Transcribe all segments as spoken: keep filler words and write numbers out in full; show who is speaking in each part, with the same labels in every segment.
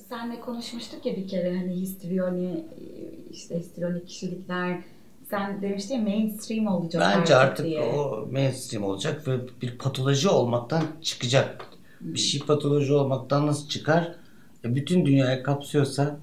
Speaker 1: senle konuşmuştuk ya bir kere hani histriyoni, işte histriyonik kişilikler. Sen demiştin ya mainstream olacak
Speaker 2: Bence artık
Speaker 1: diye.
Speaker 2: o mainstream olacak ve bir patoloji olmaktan çıkacak. Hmm. Bir şey patoloji olmaktan nasıl çıkar? E bütün dünyayı kapsıyorsa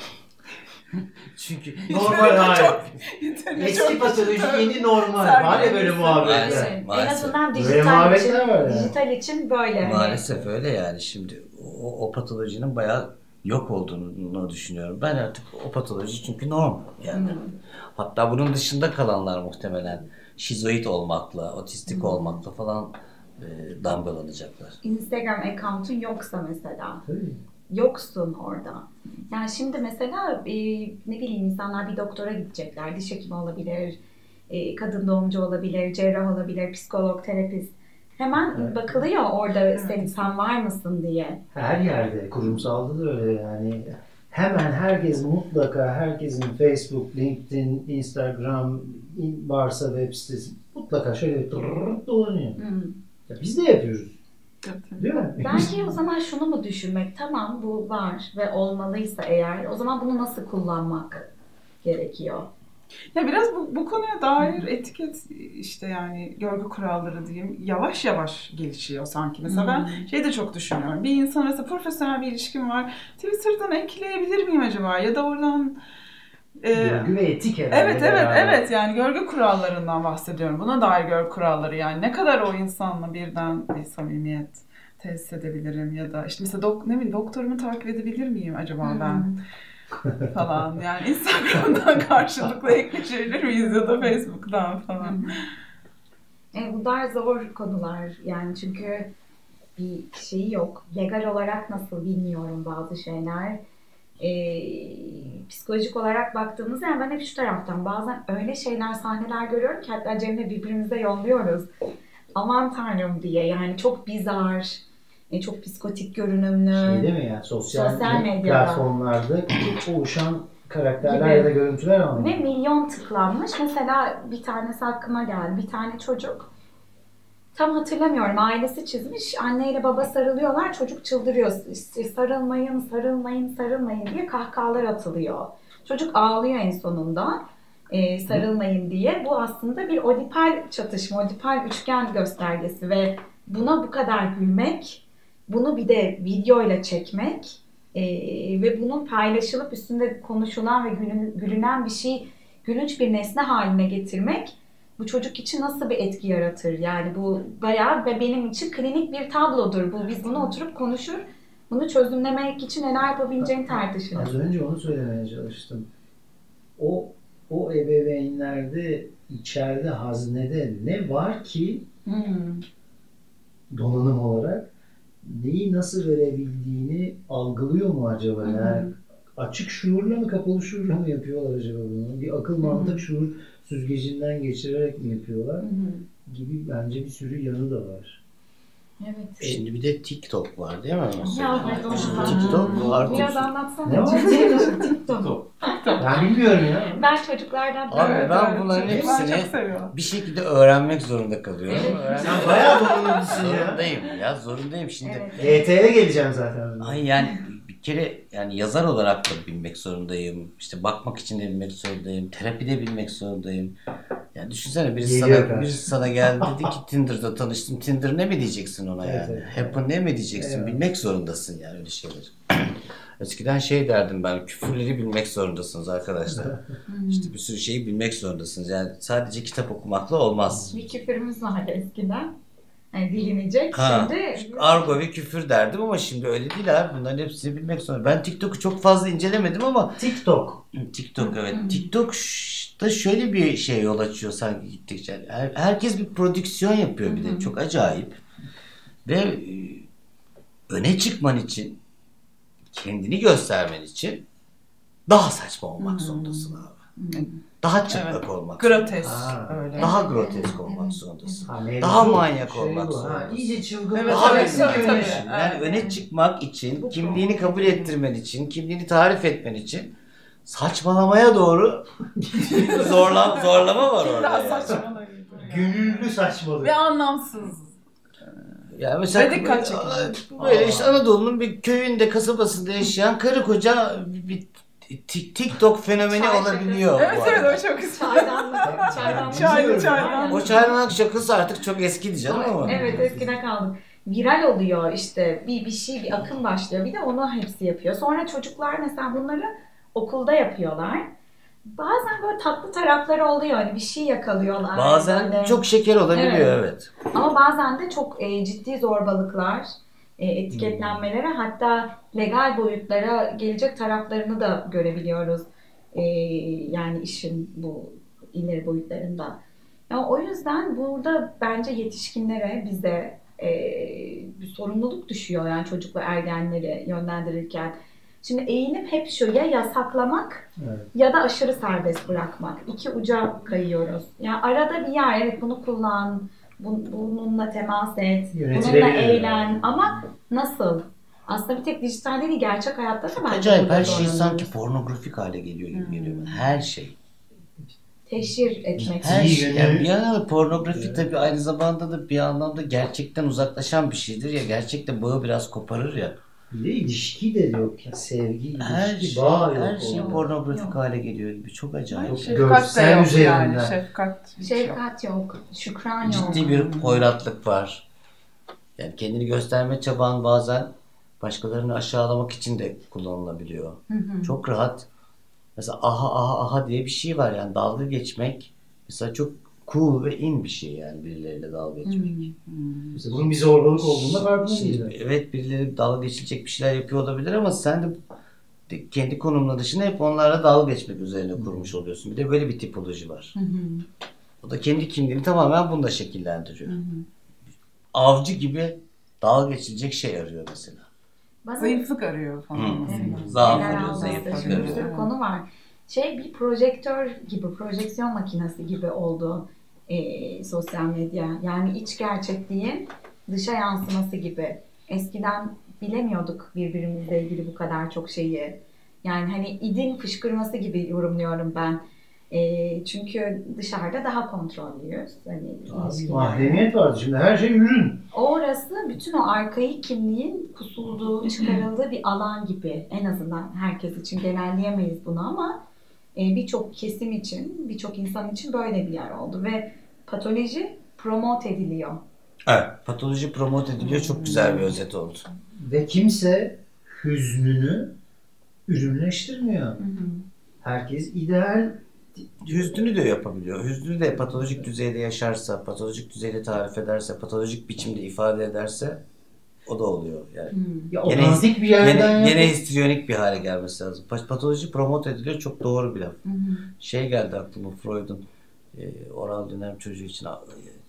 Speaker 2: çünkü
Speaker 3: normal hali. Eski patoloji yeni normal. Var ya böyle muhabbetler.
Speaker 1: Evet, en azından dijital için, yani. dijital için böyle.
Speaker 2: Maalesef hani. Öyle yani şimdi o, o patolojinin bayağı yok olduğunu düşünüyorum. Ben artık o patoloji çünkü normal yani. Hmm. Hatta bunun dışında kalanlar muhtemelen şizoid olmakla, otistik hmm. olmakla falan e, damgalanacaklar.
Speaker 1: Instagram account'un yoksa mesela.
Speaker 3: Tabii.
Speaker 1: Yoksun orada. Yani şimdi mesela e, ne bileyim insanlar bir doktora gidecekler. Diş hekimi olabilir, e, kadın doğumcu olabilir, cerrah olabilir, psikolog, terapist. Hemen evet. bakılıyor orada evet. sen, sen var mısın diye.
Speaker 3: Her yerde, kurumsalda da öyle yani. Hemen herkes mutlaka herkesin Facebook, LinkedIn, Instagram varsa web sitesi mutlaka şöyle dolanıyor. Hmm. Ya biz de yapıyoruz. Değil mi?
Speaker 1: Belki o zaman şunu mu düşünmek, tamam bu var ve olmalıysa eğer, o zaman bunu nasıl kullanmak gerekiyor?
Speaker 4: Ya biraz bu, bu konuya dair etiket işte yani görgü kuralları diyeyim yavaş yavaş gelişiyor sanki. Mesela hmm. ben şey de çok düşünüyorum. Bir insan mesela profesyonel bir ilişkim var. Twitter'dan ekleyebilir miyim acaba? Ya da oradan
Speaker 3: Ee, görgü ve etik herhalde.
Speaker 4: Evet evet yani. evet yani görgü kurallarından bahsediyorum. Buna dair görgü kuralları yani ne kadar o insanla birden bir samimiyet tesis edebilirim ya da işte mesela dok, ne bileyim doktorumu takip edebilir miyim acaba hmm. ben falan yani Instagram'dan karşılıklı ekleşebilir miyiz ya da Facebook'tan falan.
Speaker 1: Hmm. E, bunlar zor konular yani çünkü bir şeyi yok. Legal olarak nasıl bilmiyorum bazı şeyler. E, psikolojik olarak baktığımızda yani ben hep şu taraftan bazen öyle şeyler sahneler görüyorum ki hatta Cem'le birbirimize yolluyoruz aman tanrım diye yani çok bizar e, çok psikotik görünümlü
Speaker 3: şey değil mi yani sosyal, sosyal medyada platformlarda oluşan karakterler gibi. Ya da görüntüler ama
Speaker 1: ve milyon tıklanmış mesela bir tanesi aklıma geldi bir tane çocuk tam hatırlamıyorum. Ailesi çizmiş. Anneyle baba sarılıyorlar. Çocuk çıldırıyor. İşte sarılmayın, sarılmayın, sarılmayın diye kahkahalar atılıyor. Çocuk ağlıyor en sonunda. E, sarılmayın diye. Bu aslında bir odipal çatışma, odipal üçgen göstergesi ve buna bu kadar gülmek, bunu bir de videoyla çekmek e, ve bunun paylaşılıp üstünde konuşulan ve gülünen bir şey, gülünç bir nesne haline getirmek bu çocuk için nasıl bir etki yaratır? Yani bu bayağı ve benim için klinik bir tablodur. Bu biz bunu oturup konuşur, bunu çözümlemek için neler yapabileceğini tartışırız.
Speaker 3: Az önce onu söylemeye çalıştım. O o ebeveynlerde içeride haznede ne var ki hmm. donanım olarak neyi nasıl verebildiğini algılıyor mu acaba? Hmm. Yani açık şuurla mı kapalı şuurla mı yapıyorlar acaba bunu? Bir akıl mantık hmm. şuur süzgecinden geçirerek mi yapıyorlar? Hmm. Gibi bence bir sürü yanı da var.
Speaker 1: Evet.
Speaker 2: Şimdi bir de TikTok var değil mi?
Speaker 1: Ya evet o
Speaker 2: TikTok var.
Speaker 1: Biraz anlatsana.
Speaker 3: Ne var?
Speaker 1: TikTok.
Speaker 3: Ben bilmiyorum ya.
Speaker 1: Ben çocuklardan
Speaker 2: Abi ben, ben bunların hepsini bir şekilde öğrenmek zorunda kalıyorum.
Speaker 3: Evet. Sen bayağı zorundasın ya.
Speaker 2: Zorundayım ya zorundayım şimdi.
Speaker 3: Evet. G T'ye geleceğim zaten.
Speaker 2: Ay yani bir kere yani yazar olarak da bilmek zorundayım. İşte bakmak için de bilmek zorundayım. Terapide bilmek zorundayım. Yani düşünsene birisi sana, birisi sana geldi dedi ki Tinder'da tanıştım. Tinder ne mi diyeceksin ona yani? Evet, evet. Happen ne mi diyeceksin? Evet. Bilmek zorundasın yani öyle şeyleri. Eskiden şey derdim ben, küfürleri bilmek zorundasınız arkadaşlar. İşte bir sürü şeyi bilmek zorundasınız. Yani sadece kitap okumakla olmaz.
Speaker 1: Bir küfürümüz vardı eskiden. Yani bilinecek.
Speaker 2: Ha,
Speaker 1: şimdi...
Speaker 2: argo ve küfür derdim ama şimdi öyle değil abi. Bunların hepsini bilmek zorunda. Ben TikTok'u çok fazla incelemedim ama...
Speaker 3: TikTok.
Speaker 2: TikTok evet. TikTok'ta şöyle bir şey yol açıyor sanki gittikçe. Her, herkes bir prodüksiyon yapıyor bir de. Çok acayip. Ve öne çıkman için, kendini göstermen için daha saçma olmak zorundasın abi. Daha çıplak evet. olmak
Speaker 4: grotesk
Speaker 2: öyle. Daha grotesk olmak zorundasın. Ha, daha manyak şey olmak zorundasın.
Speaker 3: İyice çılgın.
Speaker 4: Evet,
Speaker 2: daha
Speaker 4: tabii, tabii, tabii.
Speaker 2: Yani evet. öne çıkmak için, bu kimliğini problem. kabul ettirmen için, kimliğini tarif etmen için saçmalamaya doğru zorla, zorlama var orada.
Speaker 4: Daha
Speaker 2: yani.
Speaker 4: saçmalayın.
Speaker 3: Gönüllü saçmalık.
Speaker 4: Ve anlamsız.
Speaker 2: Yani mesela
Speaker 4: Ve dikkat çekici.
Speaker 2: böyle işte Anadolu'nun bir köyünde, kasabasında yaşayan karı koca bir TikTok fenomeni
Speaker 1: Çay
Speaker 2: olabiliyor.
Speaker 4: Evet
Speaker 2: bu
Speaker 4: evet
Speaker 2: arada.
Speaker 4: o çok güzel.
Speaker 1: Çaydanlık. Çaydanlık.
Speaker 4: Çaylı çaydanlık.
Speaker 2: O çaydanlık şakası artık çok eskidi canım ama.
Speaker 1: Evet, eskide kaldı. Viral oluyor işte, bir bir şey, bir akım başlıyor. Bir de onu hepsi yapıyor. Sonra çocuklar mesela bunları okulda yapıyorlar. Bazen böyle tatlı tarafları oluyor. Hani bir şey yakalıyorlar.
Speaker 2: Bazen
Speaker 1: böyle.
Speaker 2: çok şeker olabiliyor,
Speaker 1: Evet.
Speaker 2: evet.
Speaker 1: Ama bazen de çok e, ciddi zorbalıklar, e, etiketlenmelere, hatta legal boyutlara gelecek taraflarını da görebiliyoruz. E, yani işin bu ileri boyutlarında. Yani o yüzden burada bence yetişkinlere, bize e, bir sorumluluk düşüyor yani çocuk ve ergenleri yönlendirirken. Şimdi eğilim hep şu, ya yasaklamak
Speaker 3: Evet.
Speaker 1: ya da aşırı serbest bırakmak. İki uca kayıyoruz. Yani arada bir yer, evet bunu kullan, bu- bununla temas et, bununla
Speaker 3: Yönetilebilir
Speaker 1: eğlen
Speaker 3: yani.
Speaker 1: ama nasıl? Aslında bir tek dijitalde değil, gerçek hayatta da bence
Speaker 2: Acayip
Speaker 1: burada
Speaker 2: her şey
Speaker 1: zorlanıyoruz.
Speaker 2: sanki pornografik hale geliyor gibi geliyor. bana. Her şey.
Speaker 1: Teşhir etmek.
Speaker 2: Her
Speaker 3: İyi
Speaker 2: şey.
Speaker 3: yönü-
Speaker 2: Yani bir yana pornografi tabii aynı zamanda da bir anlamda gerçekten uzaklaşan bir şeydir ya. Gerçekten bağı biraz koparır ya.
Speaker 3: Bir de ilişki de yok ya. Sevgi, ilişki,
Speaker 2: Her şey,
Speaker 3: bağ yok.
Speaker 2: her şey
Speaker 3: orada.
Speaker 2: pornografik
Speaker 1: Yok.
Speaker 2: hale geliyor gibi. Çok acayip.
Speaker 3: Yok.
Speaker 4: Şefkat de
Speaker 3: Görsel
Speaker 4: yok
Speaker 3: üzerinden.
Speaker 4: yani. Şefkat hiç yok.
Speaker 1: Şefkat yok, şükran yok.
Speaker 2: Ciddi bir hoyratlık var. Yani kendini gösterme çaban bazen başkalarını aşağılamak için de kullanılabiliyor.
Speaker 1: Hı hı.
Speaker 2: Çok rahat. Mesela aha aha aha diye bir şey var yani dalga geçmek. Mesela çok cool ve in bir şey yani birileriyle dalga geçmek.
Speaker 3: Mesela bunun bir zorbalık olduğunda farkında
Speaker 2: Şimdi,
Speaker 3: değiller.
Speaker 2: evet birileri dalga geçilecek bir şeyler yapıyor olabilir ama sen de de kendi konumlanışını hep onlarla dalga geçmek üzerine kurmuş oluyorsun. Bir de böyle bir tipoloji var.
Speaker 1: Hı hı.
Speaker 2: O da kendi kimliğini tamamen bunda şekillendiriyor. Avcı gibi dalga geçilecek şey arıyor mesela.
Speaker 1: Bana-
Speaker 4: Zayıflık arıyor falan.
Speaker 2: Hı.
Speaker 4: mesela.
Speaker 2: Zaaf
Speaker 1: Neler
Speaker 2: arıyor,
Speaker 1: alması,
Speaker 2: zayıflık
Speaker 1: şimdi bir
Speaker 2: arıyor.
Speaker 1: sürü konu var. Şey, bir projektör gibi, projeksiyon makinesi gibi oldu e, sosyal medya. Yani iç gerçekliğin dışa yansıması gibi. Eskiden bilemiyorduk birbirimizle ilgili bu kadar çok şeyi. Yani hani idin fışkırması gibi yorumluyorum ben. E, çünkü dışarıda daha kontrollüyüz. Hani
Speaker 3: Abi
Speaker 1: ilişkiler.
Speaker 3: mahremiyet vardı. Şimdi her şey ürün.
Speaker 1: Orası bütün o arkaik kimliğin pusulduğu, çıkarıldığı bir alan gibi. En azından herkes için genelleyemeyiz bunu ama e, birçok kesim için, birçok insan için böyle bir yer oldu ve patoloji promote ediliyor.
Speaker 2: Evet. Patoloji promote ediliyor. Çok güzel bir özet oldu.
Speaker 3: Ve kimse hüznünü ürünleştirmiyor. Herkes ideal.
Speaker 2: Hüznünü de yapabiliyor. Hüznünü de patolojik düzeyde yaşarsa, patolojik düzeyde tarif ederse, patolojik biçimde ifade ederse o da oluyor. Yani
Speaker 3: Ya
Speaker 2: Gene-
Speaker 3: otantik bir yerden
Speaker 2: gene, gene
Speaker 3: yapıp-
Speaker 2: histriyonik bir hale gelmesi lazım. Pa- Patoloji promote ediliyor. Çok doğru bir laf. Şey geldi aklıma Freud'un e, oral dönem çocuğu için e,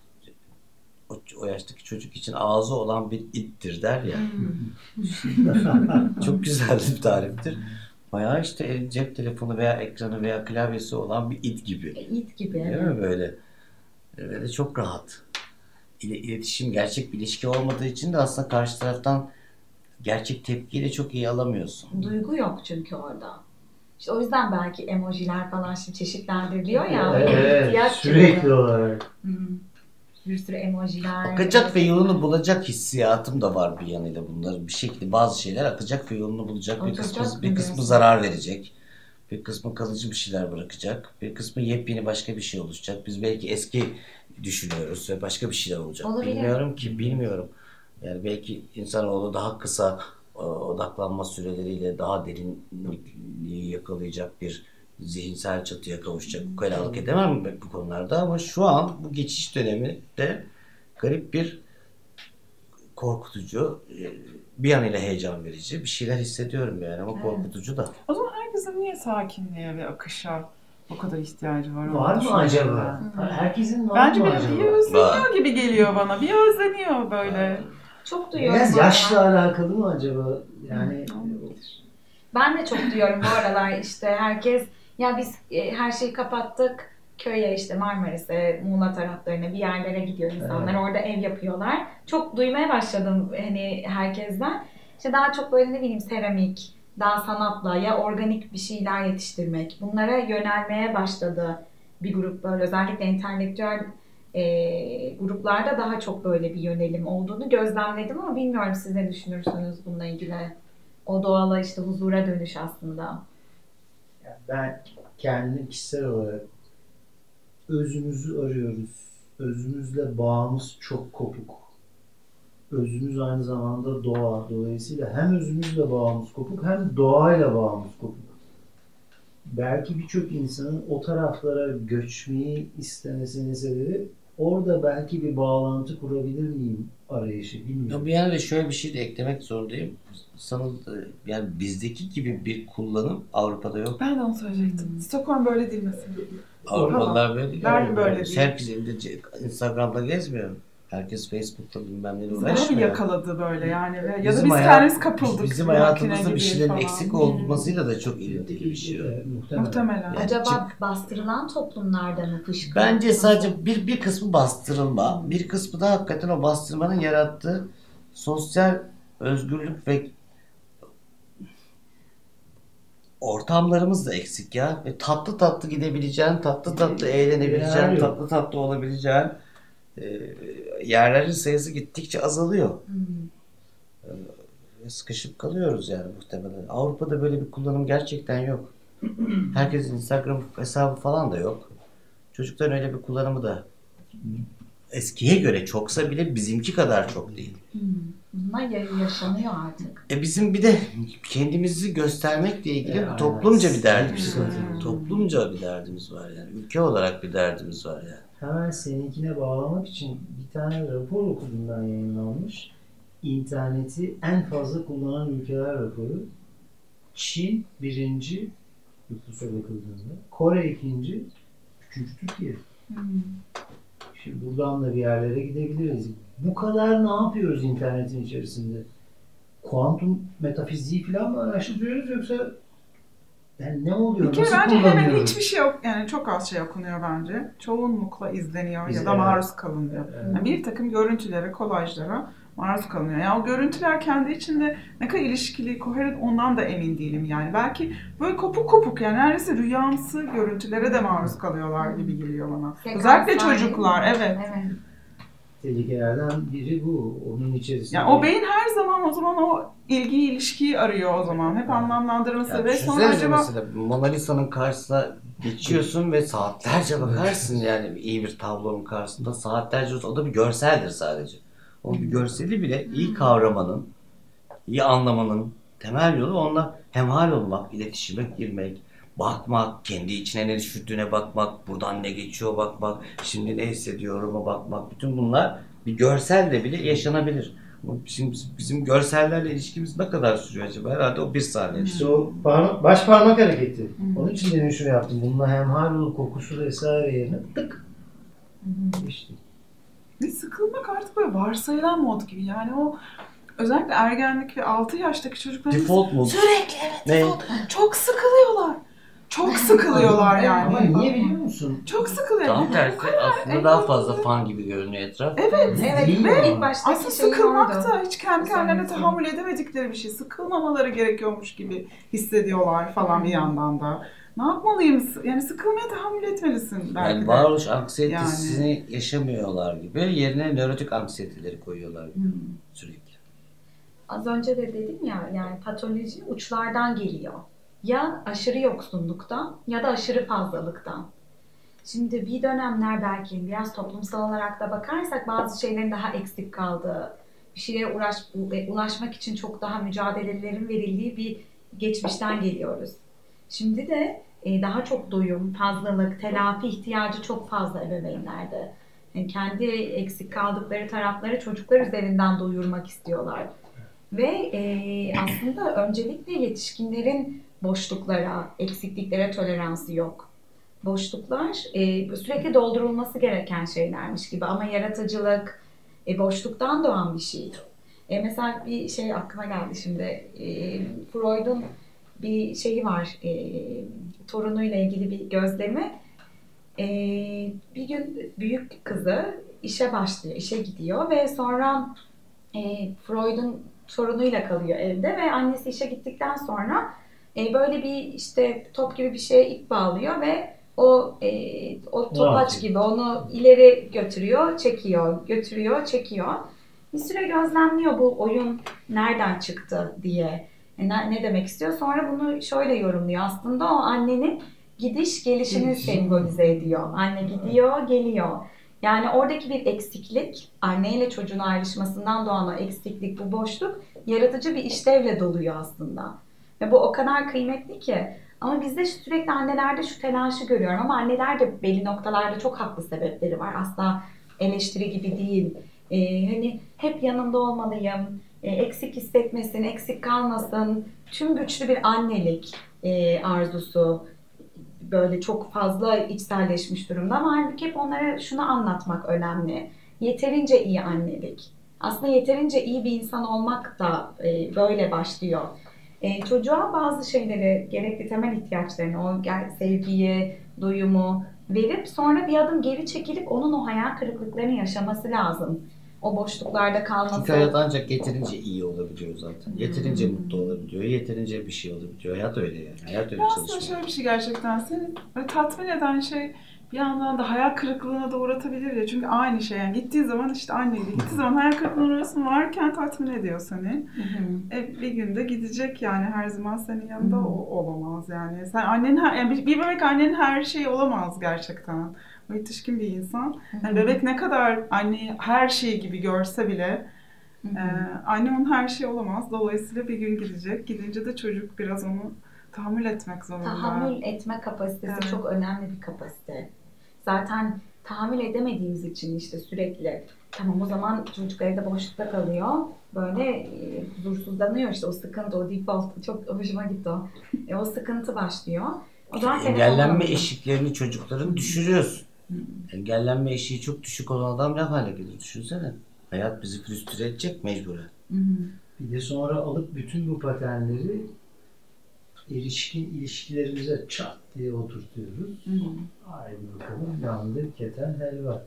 Speaker 2: o, o yaştaki çocuk için ağzı olan bir ittir der ya. Çok güzel bir tariftir. Bayağı işte el- cep telefonu veya ekranı veya klavyesi olan bir it gibi.
Speaker 1: E, it gibi.
Speaker 2: Değil
Speaker 1: evet.
Speaker 2: mi böyle? Ve de çok rahat. İle- İletişim gerçek bir ilişki olmadığı için de aslında karşı taraftan gerçek tepkiyi de çok iyi alamıyorsun.
Speaker 1: Duygu yok çünkü orada. İşte o yüzden belki emojiler falan şimdi çeşitlendiriliyor ya.
Speaker 3: Evet,
Speaker 1: bir ihtiyaç
Speaker 3: sürekli
Speaker 1: gibi.
Speaker 3: olarak.
Speaker 1: Hı. Bir sürü emojiler.
Speaker 2: Akacak ve yolunu bulacak hissiyatım da var bir yanıyla bunların. Bir şekilde bazı şeyler akacak ve yolunu bulacak. Bir
Speaker 1: Oturacak
Speaker 2: kısmı,
Speaker 1: mı
Speaker 2: bir kısmı
Speaker 1: diyorsun?
Speaker 2: zarar verecek. Bir kısmı kalıcı bir şeyler bırakacak. Bir kısmı yepyeni başka bir şey oluşacak. Biz belki eski düşünüyoruz ve başka bir şeyler olacak.
Speaker 1: Olabilir.
Speaker 2: Bilmiyorum ki, bilmiyorum. Yani belki insanoğlu daha kısa e, odaklanma süreleriyle daha derinliği yakalayacak bir zihinsel çatıya kavuşacak. Bu kadar edemem bu konularda ama şu an bu geçiş dönemi de garip bir korkutucu, e, bir yanıyla heyecan verici bir şeyler hissediyorum yani ama
Speaker 1: Evet.
Speaker 2: korkutucu da.
Speaker 4: O zaman herkesin niye sakinliğe ve akışa bu kadar ihtiyacı var? onu
Speaker 3: Var mı
Speaker 4: düşünüyorum
Speaker 3: acaba?
Speaker 4: ben.
Speaker 3: Herkesin var
Speaker 4: Bence
Speaker 3: mı
Speaker 4: bir,
Speaker 3: acaba?
Speaker 4: bir özleniyor gibi geliyor bana. Bir özleniyor böyle.
Speaker 1: Çok duyuyorum.
Speaker 3: Biraz
Speaker 1: bu aralar.
Speaker 3: yaşla alakalı mı acaba? Yani
Speaker 1: Ben de çok duyuyorum bu aralar işte herkes ya biz e, her şeyi kapattık köye işte Marmaris'e, Muğla taraflarına bir yerlere gidiyor insanlar.
Speaker 3: Evet.
Speaker 1: Orada ev yapıyorlar. Çok duymaya başladım hani herkesten. İşte daha çok böyle ne bileyim seramik, daha sanatla ya organik bir şeyler yetiştirmek. Bunlara yönelmeye başladı bir grup böyle özellikle entelektüel e, gruplarda daha çok böyle bir yönelim olduğunu gözlemledim ama bilmiyorum siz ne düşünürsünüz bununla ilgili. O doğala işte huzura dönüş aslında.
Speaker 3: Yani ben kendim kişisel olarak özümüzü arıyoruz. Özümüzle bağımız çok kopuk. Özümüz aynı zamanda doğa. Dolayısıyla hem özümüzle bağımız kopuk hem doğayla bağımız kopuk. Belki birçok insanın o taraflara göçmeyi istemesinin sebebi orada belki bir bağlantı kurabilir miyim arayışı, bilmiyorum.
Speaker 2: Ya bir yerde şöyle bir şey de eklemek zorundayım. Sanırım yani bizdeki gibi bir kullanım Avrupa'da yok.
Speaker 4: Ben de onu söyleyecektim. Hmm. Stockholm böyle değil mesela.
Speaker 2: Avrupalılar böyle değil.
Speaker 4: Ben böyle değil.
Speaker 2: Herkes Instagram'da gezmiyor. Herkes Facebook'ta bilmem neyle
Speaker 4: uğraşmıyor.
Speaker 2: uğraşmıyor.
Speaker 4: Bir yakaladı böyle yani. Ya da
Speaker 2: bizim
Speaker 4: biz
Speaker 2: hayat,
Speaker 4: kendimiz kapıldık.
Speaker 2: Bizim hayatımızda bir şeylerin eksik olmasıyla da çok ilintili bir şey.
Speaker 4: Muhtemelen. Muhtemelen.
Speaker 1: Yani acaba çık... bastırılan toplumlarda mı fışkırıyor?
Speaker 2: Bence sadece bir bir kısmı bastırılma, hmm. bir kısmı da hakikaten o bastırmanın yarattığı sosyal özgürlük ve ortamlarımız da eksik ya. Ve tatlı tatlı gidebileceğin, tatlı tatlı eğlenebileceğin, yani tatlı tatlı olabileceğin e, yerlerin sayısı gittikçe azalıyor. Hmm. E, sıkışıp kalıyoruz yani muhtemelen. Avrupa'da böyle bir kullanım gerçekten yok. Herkesin Instagram hesabı falan da yok. Çocukların öyle bir kullanımı da eskiye göre çoksa bile bizimki kadar çok değil.
Speaker 1: Bunlar yaşanıyor artık.
Speaker 2: E bizim bir de kendimizi göstermekle ilgili e, toplumca bir derdimiz var. Hmm. Toplumca bir derdimiz var yani. Ülke olarak bir derdimiz var yani.
Speaker 3: Hemen seninkine bağlamak için bir tane rapor okudum ben, yayınlanmış. İnterneti en fazla kullanan ülkeler raporu. Çin birinci nüfusa bakıldığında. Kore ikinci, üçüncü Türkiye. Hmm. Şimdi buradan da bir yerlere gidebiliriz. Bu kadar ne yapıyoruz internetin içerisinde? Kuantum metafiziği falan mı araştırıyoruz yoksa yani ne oluyor?
Speaker 4: Bir kere bence hemen hiçbir şey yok. Yani çok az şey okunuyor bence. Çoğunlukla izleniyor Biz, ya da evet. maruz kalınıyor. Evet. Yani bir takım görüntülere, kolajlara maruz kalınıyor. Yani o görüntüler kendi içinde ne kadar ilişkili, koherent ondan da emin değilim yani. Belki böyle kopuk kopuk yani neredeyse rüyamsı görüntülere de maruz kalıyorlar gibi geliyor bana. Sekans Özellikle çocuklar, evet. evet.
Speaker 3: Tehlikelerden biri bu. Onun içerisinde.
Speaker 4: Yani o beyin her zaman o zaman o ilgiyi, ilişkiyi arıyor o zaman. Hep anlamlandırması yani ve sonra acaba...
Speaker 2: Mesela Mona Lisa'nın karşısına geçiyorsun ve saatlerce bakarsın yani iyi bir tablonun karşısında saatlerce, o da bir görseldir sadece. O bir görseli bile iyi kavramanın, iyi anlamanın temel yolu onunla hemhal olmak, iletişime girmek, bakmak, kendi içine ne düşürdüğüne bakmak, buradan ne geçiyor bakmak, şimdi ne hissediyorum'a bakmak. Bütün bunlar bir görselle bile yaşanabilir. Şimdi bizim görsellerle ilişkimiz ne kadar sürüyor acaba? Herhalde o bir saniye.
Speaker 3: İşte o parmak, baş parmak hareketi. Hmm. Onun için demin şunu yaptım. Bununla hemhal olup kokusu vesaire yerine tık. Hmm. İşte.
Speaker 4: Bir sıkılmak artık böyle varsayılan mod gibi. Yani o özellikle ergenlik ve altı yaştaki çocuklar
Speaker 2: default mod.
Speaker 4: Sürekli evet ne? Default. Çok sıkılıyorlar. Çok sıkılıyorlar yani.
Speaker 3: Ama niye biliyor musun?
Speaker 4: Çok sıkılıyor.
Speaker 2: Tam tersi aslında daha fazla fan gibi görünüyor etraf.
Speaker 4: Evet.
Speaker 1: Evet. Ve ilk başta
Speaker 4: aslında sıkılmak da hiç kendi kendilerine tahammül edemedikleri bir şey. Sıkılmamaları gerekiyormuş gibi hissediyorlar falan bir yandan da. Ne yapmalıyım? Yani sıkılmaya tahammül etmelisin belki
Speaker 2: yani
Speaker 4: de.
Speaker 2: Varoluş anksiyetesini yani yaşamıyorlar gibi yerine nörotik anksiyeteleri koyuyorlar hmm. sürekli.
Speaker 1: Az önce de dedim ya yani patoloji uçlardan geliyor. Ya aşırı yoksunluktan ya da aşırı fazlalıktan. Şimdi bir dönemler belki biraz toplumsal olarak da bakarsak bazı şeylerin daha eksik kaldığı, bir şeylere uğraş, ulaşmak için çok daha mücadelelerin verildiği bir geçmişten geliyoruz. Şimdi de daha çok doyum, fazlalık, telafi ihtiyacı çok fazla ebeveynlerde. Yani kendi eksik kaldıkları tarafları çocuklar üzerinden doyurmak istiyorlar. Ve e, aslında öncelikle yetişkinlerin boşluklara, eksikliklere toleransı yok. Boşluklar e, sürekli doldurulması gereken şeylermiş gibi ama yaratıcılık e, boşluktan doğan bir şey. E, mesela bir şey aklıma geldi şimdi. E, Freud'un bir şeyi var, e, torunuyla ilgili bir gözlemi. E, bir gün büyük kızı işe başlıyor, işe gidiyor ve sonra e, Freud'un torunuyla kalıyor evde ve annesi işe gittikten sonra e, böyle bir işte top gibi bir şeye ip bağlıyor ve o e, o topaç
Speaker 3: Evet.
Speaker 1: gibi onu ileri götürüyor, çekiyor, götürüyor, çekiyor. Bir süre gözlemliyor bu oyun nereden çıktı diye. E, Ne, ne demek istiyor? Sonra bunu şöyle yorumluyor. Aslında o annenin gidiş gelişini sembolize ediyor. Anne gidiyor, geliyor. Yani oradaki bir eksiklik, anneyle çocuğun ayrışmasından doğan o eksiklik, bu boşluk yaratıcı bir işlevle doluyor aslında. Ve bu o kadar kıymetli ki. Ama bizde sürekli annelerde şu telaşı görüyorum. Ama anneler de belli noktalarda çok haklı sebepleri var. Asla eleştiri gibi değil. Ee, hani hep yanında olmalıyım, e, eksik hissetmesin, eksik kalmasın. Tüm güçlü bir annelik e, arzusu böyle çok fazla içselleşmiş durumda. Ama halbuki hep onlara şunu anlatmak önemli. Yeterince iyi annelik. Aslında yeterince iyi bir insan olmak da e, böyle başlıyor. E, çocuğa bazı şeyleri, gerekli temel ihtiyaçlarını, o gel- sevgiyi, duyumu verip sonra bir adım geri çekilip onun o hayal kırıklıklarını yaşaması lazım. O boşluklarda kalması.
Speaker 2: Çünkü hayat ancak yeterince iyi olabiliyor zaten. Yeterince mutlu olabiliyor. Yeterince bir şey olabiliyor. Hayat öyle yani. Hayat öyle
Speaker 4: Ya aslında
Speaker 2: çalışmıyor.
Speaker 4: şöyle bir şey gerçekten seni böyle tatmin eden şey bir yandan da hayal kırıklığına da uğratabilir ya. Çünkü aynı şey yani gittiği zaman işte anneyle gittiği zaman hayal kırıklığına uğrasın varken tatmin ediyor seni.
Speaker 1: Hı hı.
Speaker 4: E, bir günde gidecek yani her zaman senin yanında o, olamaz yani. Sen annenin her, yani bir, bir bebek annenin her şeyi olamaz gerçekten. O yetişkin bir insan. Yani bebek ne kadar anneyi her şey gibi görse bile
Speaker 1: Hı
Speaker 4: e,
Speaker 1: hı.
Speaker 4: anne onun her şeyi olamaz. Dolayısıyla bir gün gidecek. Gidince de çocuk biraz onu tahammül etmek zorunda.
Speaker 1: Tahammül etme kapasitesi
Speaker 4: Evet.
Speaker 1: çok önemli bir kapasite. Zaten tahammül edemediğimiz için işte sürekli tamam o zaman çocuk evde boşlukta kalıyor. Böyle e, huzursuzlanıyor işte o sıkıntı, o default çok hoşuma gitti o. E, o sıkıntı başlıyor. O zaman
Speaker 2: Engellenme
Speaker 1: telefonla-
Speaker 2: eşiklerini çocukların düşürüyorsun. Engellenme eşiği çok düşük olan adam ne hale gelir düşünsene. Hayat bizi frustre edecek mecburen.
Speaker 1: Hı hı.
Speaker 3: Bir de sonra alıp bütün bu paternleri erişkin ilişkilerimize çat diye oturtuyoruz.
Speaker 1: Hı hı.
Speaker 3: Haydi bakalım yandı keten helva.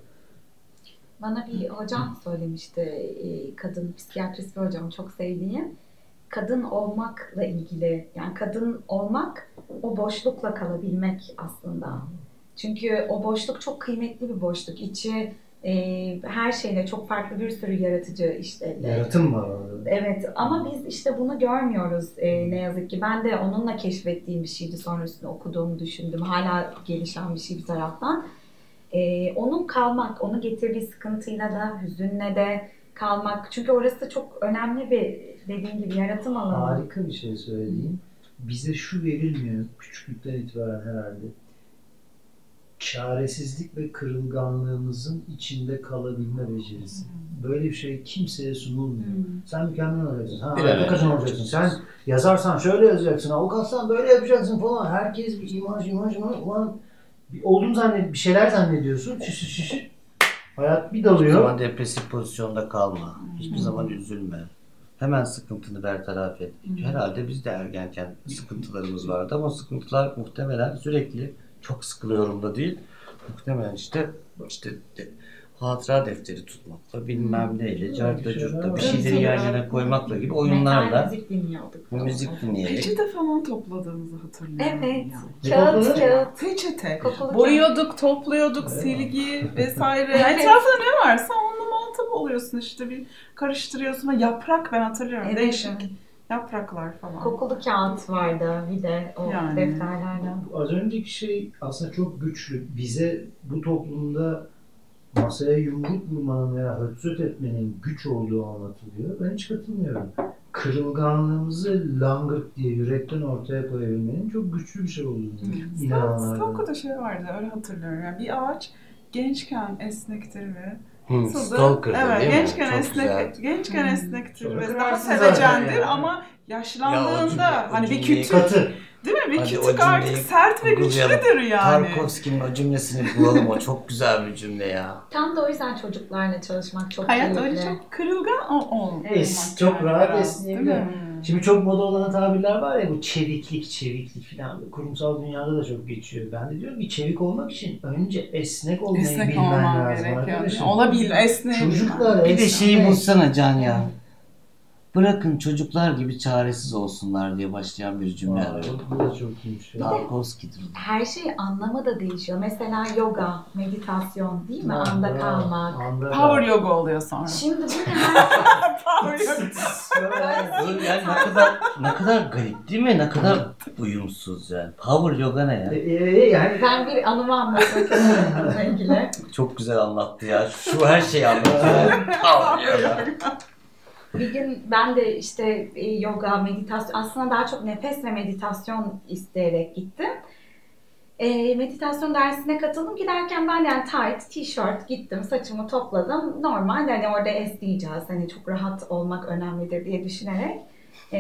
Speaker 1: Bana bir hocam söylemişti, e, kadın psikiyatrist bir hocam çok sevdiğim. Kadın olmakla ilgili, yani kadın olmak o boşlukla kalabilmek aslında. Çünkü o boşluk çok kıymetli bir boşluk. İçi e, her şeyle çok farklı bir sürü yaratıcı işlevle.
Speaker 3: Yaratım var orada.
Speaker 1: Evet ama biz işte bunu görmüyoruz e, ne yazık ki. Ben de onunla keşfettiğim bir şeydi, sonra üstüne okuduğumu düşündüm. Hala gelişen bir şey bir taraftan. E, onun kalmak, onu getirdiği sıkıntıyla da, hüzünle de kalmak. Çünkü orası çok önemli bir, dediğim gibi, yaratım alanı.
Speaker 3: Harika bir şey söyleyeyim. Bize şu verilmiyor küçüklükten itibaren herhalde. Çaresizlik ve kırılganlığımızın içinde kalabilme becerisi. Böyle bir şey kimseye sunulmuyor.
Speaker 1: Hmm.
Speaker 3: Sen mükemmel olacaksın. Ha,
Speaker 2: Bir an
Speaker 3: harika kadın
Speaker 2: önce
Speaker 3: olacaksın. Sen yazarsan şöyle yazacaksın. Avukatsan böyle yapacaksın falan. Herkes bir imaj, imaj, imaj. Ulan bir oldum zannet, bir şeyler zannediyorsun. Şişi şişi. Hayat bir
Speaker 2: Hiçbir
Speaker 3: dalıyor.
Speaker 2: zaman depresif pozisyonda kalma. Hiçbir zaman üzülme. Hemen sıkıntını bertaraf et. Herhalde biz de ergenken sıkıntılarımız vardı ama sıkıntılar muhtemelen sürekli çok sıkılıyorum da değil. Muhtemelen işte işte de, hatıra defteri tutmakla bilmem neyle, carta curta bir şeyleri yan yana koymakla gibi
Speaker 1: Metal
Speaker 2: oyunlarla
Speaker 1: müzik dinliyorduk.
Speaker 2: müzik dinleyerek.
Speaker 4: Peçete falan topladığımızı hatırlıyorum.
Speaker 1: Evet.
Speaker 4: Yani.
Speaker 3: Ne
Speaker 1: Kağıt,
Speaker 3: topladın?
Speaker 1: kağıt.
Speaker 4: Peçete.
Speaker 1: Kokulu
Speaker 4: Boyuyorduk, topluyorduk, silgi vesaire. Yani etrafında ne varsa onunla muhatap oluyorsun işte bir karıştırıyorsun. Ha, yaprak ben hatırlıyorum.
Speaker 1: Evet,
Speaker 4: Değişik
Speaker 1: evet.
Speaker 4: yapraklar falan.
Speaker 1: Kokulu kağıt vardı bir de o
Speaker 4: Yani.
Speaker 1: defterlerden.
Speaker 3: Az önceki şey aslında çok güçlü. Bize bu toplumda masaya yumruk vurmanın veya hötsöt etmenin güç olduğu anlatılıyor. Ben hiç katılmıyorum. Kırılganlığımızı langırt diye yürekten ortaya koyabilmenin çok güçlü bir şey olduğunu inananlardan.
Speaker 4: Stalker'da şey vardı öyle hatırlıyorum. Yani bir ağaç gençken esnektir ve
Speaker 2: Hmm,
Speaker 4: Nasıldı?
Speaker 2: Stalker'da
Speaker 4: evet,
Speaker 2: değil mi?
Speaker 4: gençken
Speaker 2: Çok
Speaker 4: esnek,
Speaker 2: güzel.
Speaker 4: gençken
Speaker 1: Hmm.
Speaker 4: esnektir
Speaker 3: Sonra
Speaker 4: ve daha
Speaker 3: kırarsın
Speaker 4: sevecendir
Speaker 3: zaten yani.
Speaker 4: ama
Speaker 2: Ya o
Speaker 4: yaşlandığında
Speaker 2: cümle- o
Speaker 4: hani bir
Speaker 2: cümleyi-
Speaker 4: kütük
Speaker 3: Katı.
Speaker 4: değil mi? Bir
Speaker 2: Hadi o
Speaker 4: kütük artık
Speaker 2: cümleyi
Speaker 4: sert ve
Speaker 2: Google'layalım.
Speaker 4: güçlüdür yani.
Speaker 2: Tarkovski'nin o cümlesini bulalım. O çok güzel bir cümle ya.
Speaker 1: Tam da o yüzden çocuklarla çalışmak çok
Speaker 4: Hayat
Speaker 1: keyifli.
Speaker 4: öyle çok kırılgan o, o,
Speaker 3: Es,
Speaker 4: olmak
Speaker 3: çok
Speaker 4: yani
Speaker 3: rahat
Speaker 4: biraz,
Speaker 3: esneyebiliyor.
Speaker 4: değil mi?
Speaker 3: Şimdi çok moda olan tabirler var ya, bu çeviklik, çeviklik falan. Kurumsal dünyada da çok geçiyor. Ben de diyorum ki çevik olmak için önce esnek olmayı
Speaker 4: Esnek
Speaker 3: bilmen
Speaker 4: olman
Speaker 3: lazım
Speaker 4: gerekiyor.
Speaker 3: arkadaşım.
Speaker 4: Olabil, esneyebilmen.
Speaker 3: Çocuklar
Speaker 2: Bir de şeyi
Speaker 3: esnek.
Speaker 2: bulsana Can ya. Bırakın çocuklar gibi çaresiz olsunlar diye başlayan bir cümle
Speaker 3: Aa,
Speaker 2: arıyorum.
Speaker 3: bu da çok iyiymiş. Ya.
Speaker 2: Tarkovski'dir.
Speaker 1: Her şey anlamı da değişiyor. Mesela yoga, meditasyon değil mi?
Speaker 3: Ha,
Speaker 1: Anda
Speaker 3: ha,
Speaker 1: kalmak.
Speaker 3: anda
Speaker 4: Power yoga oluyor sonra.
Speaker 1: Şimdi bu her
Speaker 4: Power yoga.
Speaker 2: Böyle yani ne kadar ne kadar garip değil mi? Ne kadar uyumsuz yani. Power yoga ne ya?
Speaker 3: E, e, yani
Speaker 1: ben bir anımı anlatmak istiyorum bununla ilgili.
Speaker 2: Çok güzel anlattı ya. Şu her şeyi anlatıyor. Power yoga.
Speaker 1: Bir gün ben de işte e, yoga, meditasyon, aslında daha çok nefes ve meditasyon isteyerek gittim. E, meditasyon dersine katıldım. Giderken ben yani tight, t-shirt gittim, saçımı topladım. Normal yani orada esneyeceğiz. Hani çok rahat olmak önemlidir diye düşünerek. E,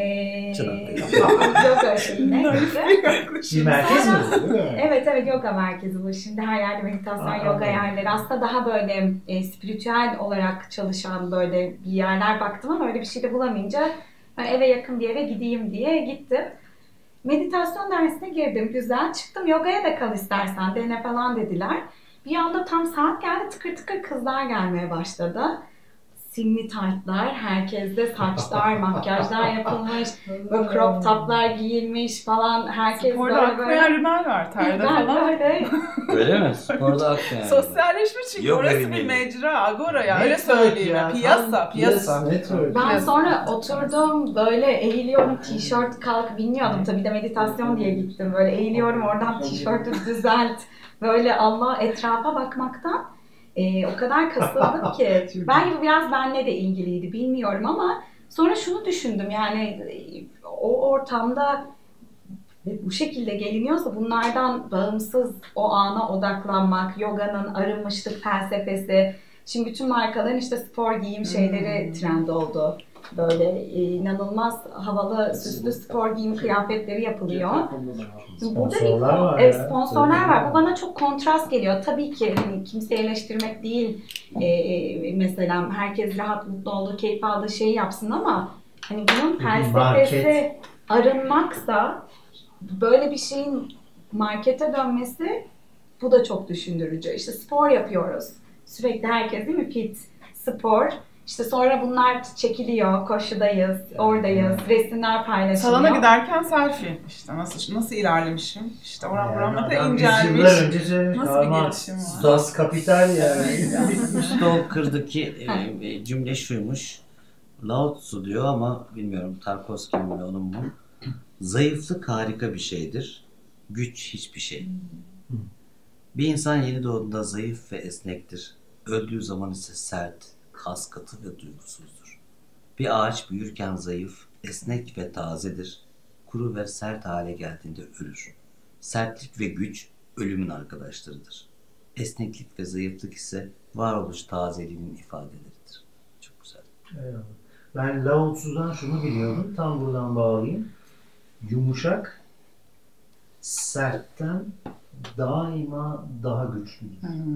Speaker 1: yoga şeyine gittim.
Speaker 3: bir merkez mi bu, değil mi?
Speaker 1: Evet evet, yoga merkezi bu. Şimdi her yerde meditasyon,
Speaker 3: Aa,
Speaker 1: yoga
Speaker 3: anladım.
Speaker 1: yerleri. Aslında daha böyle e, spiritüel olarak çalışan böyle bir yerler baktım ama öyle bir şey de bulamayınca ben eve yakın bir yere gideyim diye gittim. Meditasyon dersine girdim, güzel. Çıktım, yogaya da kal istersen, dene falan dediler. Bir anda tam saat geldi, tıkır tıkır kızlar gelmeye başladı. Simli taytlar, herkeste saçlar, makyajlar yapılmış, böyle crop toplar giyilmiş falan. Herkes
Speaker 4: Orada
Speaker 1: böyle
Speaker 4: akmayan rimel var. Terde
Speaker 1: ben
Speaker 4: falan.
Speaker 1: böyle
Speaker 2: Öyle mi? Sporda aklı yani.
Speaker 4: Sosyalleşme çünkü
Speaker 2: Yoga
Speaker 4: orası
Speaker 2: rimeli.
Speaker 4: bir mecra, agora ya.
Speaker 3: Ne
Speaker 4: Öyle söyleyeyim ya.
Speaker 3: ya,
Speaker 4: Piyasa,
Speaker 3: tam
Speaker 4: piyasa.
Speaker 3: network.
Speaker 1: Ben
Speaker 4: Biraz-
Speaker 1: sonra oturdum böyle eğiliyorum, tişört kalk, bilmiyordum tabii de meditasyon diye gittim, böyle eğiliyorum oradan tişörtü düzelt, böyle Allah etrafa bakmaktan e, o kadar kasıldım ki belki bu biraz benimle de ilgiliydi bilmiyorum ama sonra şunu düşündüm yani e, o ortamda ve bu şekilde geliniyorsa bunlardan bağımsız o ana odaklanmak, yoganın arınmışlık felsefesi. Şimdi bütün markaların işte spor giyim şeyleri trend oldu. Böyle e, inanılmaz havalı, süslü spor giyim kıyafetleri yapılıyor. Şimdi burada bir
Speaker 3: Sponsorlar var
Speaker 1: evet,
Speaker 3: ya.
Speaker 1: sponsorlar
Speaker 3: Tabii.
Speaker 1: var. Bu bana çok kontrast geliyor. Tabii ki hani kimseyi eleştirmek değil. E, e, mesela herkes rahat, mutlu olduğu, keyif aldığı şeyi yapsın ama hani bunun felsefesi
Speaker 3: Market.
Speaker 1: arınmaksa böyle bir şeyin markete dönmesi bu da çok düşündürücü. İşte spor yapıyoruz. Sürekli herkes değil mi? Fit, spor. İşte sonra bunlar çekiliyor. Koşudayız, oradayız. Resimler paylaşılıyor.
Speaker 4: Salona giderken selfie. İşte nasıl nasıl ilerlemişim. İşte oram
Speaker 3: Yani
Speaker 4: buram ne kadar
Speaker 3: adam
Speaker 4: incelmiş.
Speaker 3: Yıllar önce söylemiş.
Speaker 4: Nasıl bir
Speaker 3: Ama
Speaker 4: gelişim var?
Speaker 3: Das Kapital yani.
Speaker 2: Stalker'daki e, e, cümle şuymuş. Lao Tzu diyor ama bilmiyorum Tarkovski mi onun mu? Zayıflık harika bir şeydir. Güç hiçbir şey. Bir insan yeni doğduğunda zayıf ve esnektir. Öldüğü zaman ise sert, kas katı ve duygusuzdur. Bir ağaç büyürken zayıf, esnek ve tazedir. Kuru ve sert hale geldiğinde ölür. Sertlik ve güç ölümün arkadaşlarıdır. Esneklik ve zayıflık ise varoluş tazeliğinin ifadeleridir. Çok güzel.
Speaker 3: Eyvallah. Ben Lao Tzu'dan şunu biliyordum. Tam buradan bağlayayım. Yumuşak, sertten daima daha güçlüdür.
Speaker 4: Hmm.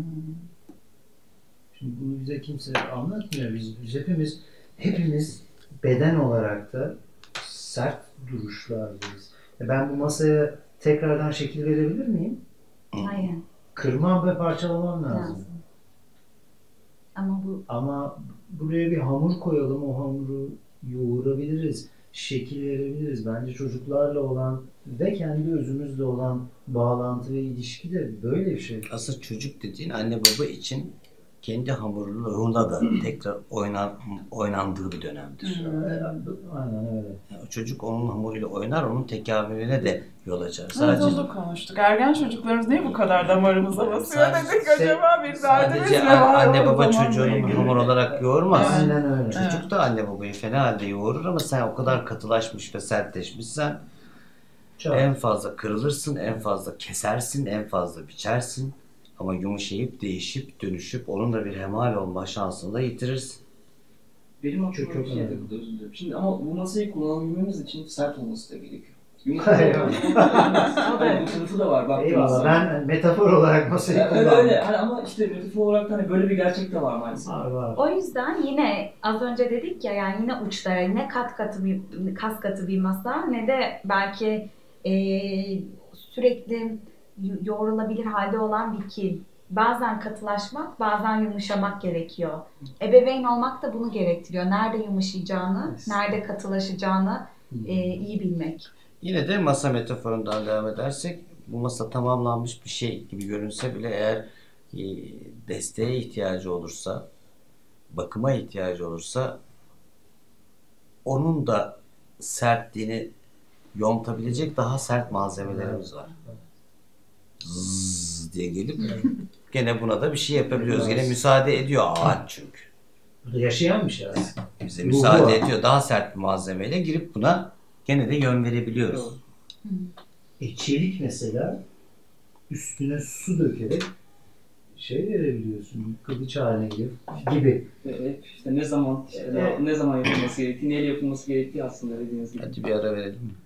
Speaker 3: Şimdi bunu bize kimse anlatmıyor. Biz, biz hepimiz hepimiz beden olarak da sert duruşlardayız. E Ben bu masaya tekrardan şekil verebilir miyim?
Speaker 1: Hayır.
Speaker 3: Kırmam ve parçalamam lazım.
Speaker 1: Lazım. Ama bu
Speaker 3: Ama buraya bir hamur koyalım, o hamuru yoğurabiliriz, şekil verebiliriz. Bence çocuklarla olan ve kendi özümüzle olan bağlantı ve ilişki de böyle bir şey.
Speaker 2: Aslında çocuk dediğin anne baba için kendi hamurluğuna da tekrar oynan, oynandığı bir dönemdir.
Speaker 3: Aynen öyle.
Speaker 2: Yani o çocuk onun hamuruyla oynar, onun tekamülüne de yol açar.
Speaker 4: Evet,
Speaker 2: Sadece
Speaker 4: onu konuştuk. Ergen çocuklarımız niye bu kadar damarımıza basıyor
Speaker 2: Sadece-
Speaker 4: dedik. Acaba bir derdimiz
Speaker 2: sadece
Speaker 4: mi var?
Speaker 2: anne
Speaker 4: o
Speaker 2: baba
Speaker 4: zamanla
Speaker 2: çocuğunu
Speaker 4: ilgili?
Speaker 2: hamur olarak yoğurmaz.
Speaker 4: Evet.
Speaker 3: Aynen öyle.
Speaker 2: Çocuk da anne babayı fena halde yoğurur ama sen o kadar katılaşmış ve sertleşmişsen
Speaker 3: Çok.
Speaker 2: en fazla kırılırsın, en fazla kesersin, en fazla biçersin. Ama yumuşayıp, değişip, dönüşüp onun da bir hemal olma şansını da yitirirsin.
Speaker 5: Benim
Speaker 3: Çok-
Speaker 5: aklıma
Speaker 3: çok
Speaker 5: bir şey
Speaker 3: önemli.
Speaker 5: takıldı, özür dilerim. Şimdi ama bu masayı kullanabilmemiz için sert olması da gerekiyor.
Speaker 3: Hayır.
Speaker 5: Yumuşak yani bu tarafı da var baktığımız
Speaker 3: Eyvallah.
Speaker 5: zaman.
Speaker 3: Ben metafor olarak masayı
Speaker 5: Ya, öyle
Speaker 3: kullandım.
Speaker 5: öyle hani ama işte metafor olarak da hani böyle bir gerçek de var maalesef.
Speaker 3: Var var.
Speaker 1: O yüzden yine az önce dedik ya yani yine uçlara ne kat katı bir kas katı bir masa ne de belki e, sürekli yoğrulabilir halde olan bir kil. bazen katılaşmak, bazen yumuşamak gerekiyor. Ebeveyn olmak da bunu gerektiriyor. Nerede yumuşayacağını,
Speaker 3: Evet.
Speaker 1: nerede katılaşacağını e, iyi bilmek.
Speaker 2: Yine de masa metaforundan devam edersek bu masa tamamlanmış bir şey gibi görünse bile eğer e, desteğe ihtiyacı olursa, bakıma ihtiyacı olursa onun da sertliğini yontabilecek daha sert malzemelerimiz var. Zzz diye gelip gene buna da bir şey yapabiliyoruz. Gene müsaade ediyor ağaç çünkü.
Speaker 3: Bu da yaşayan bir şey aslında.
Speaker 2: Bize
Speaker 3: Ruhu
Speaker 2: müsaade
Speaker 3: var.
Speaker 2: ediyor. Daha sert bir malzemeyle girip buna gene de yön verebiliyoruz.
Speaker 5: Doğru.
Speaker 3: E, çelik mesela üstüne su dökerek şey verebiliyorsun. Kılıç haline gibi. gibi.
Speaker 5: Ve hep işte ne zaman, işte
Speaker 3: Evet.
Speaker 5: ne zaman yapılması gerektiği, neyle yapılması gerektiği aslında dediğiniz gibi.
Speaker 2: Hadi bir ara verelim mi?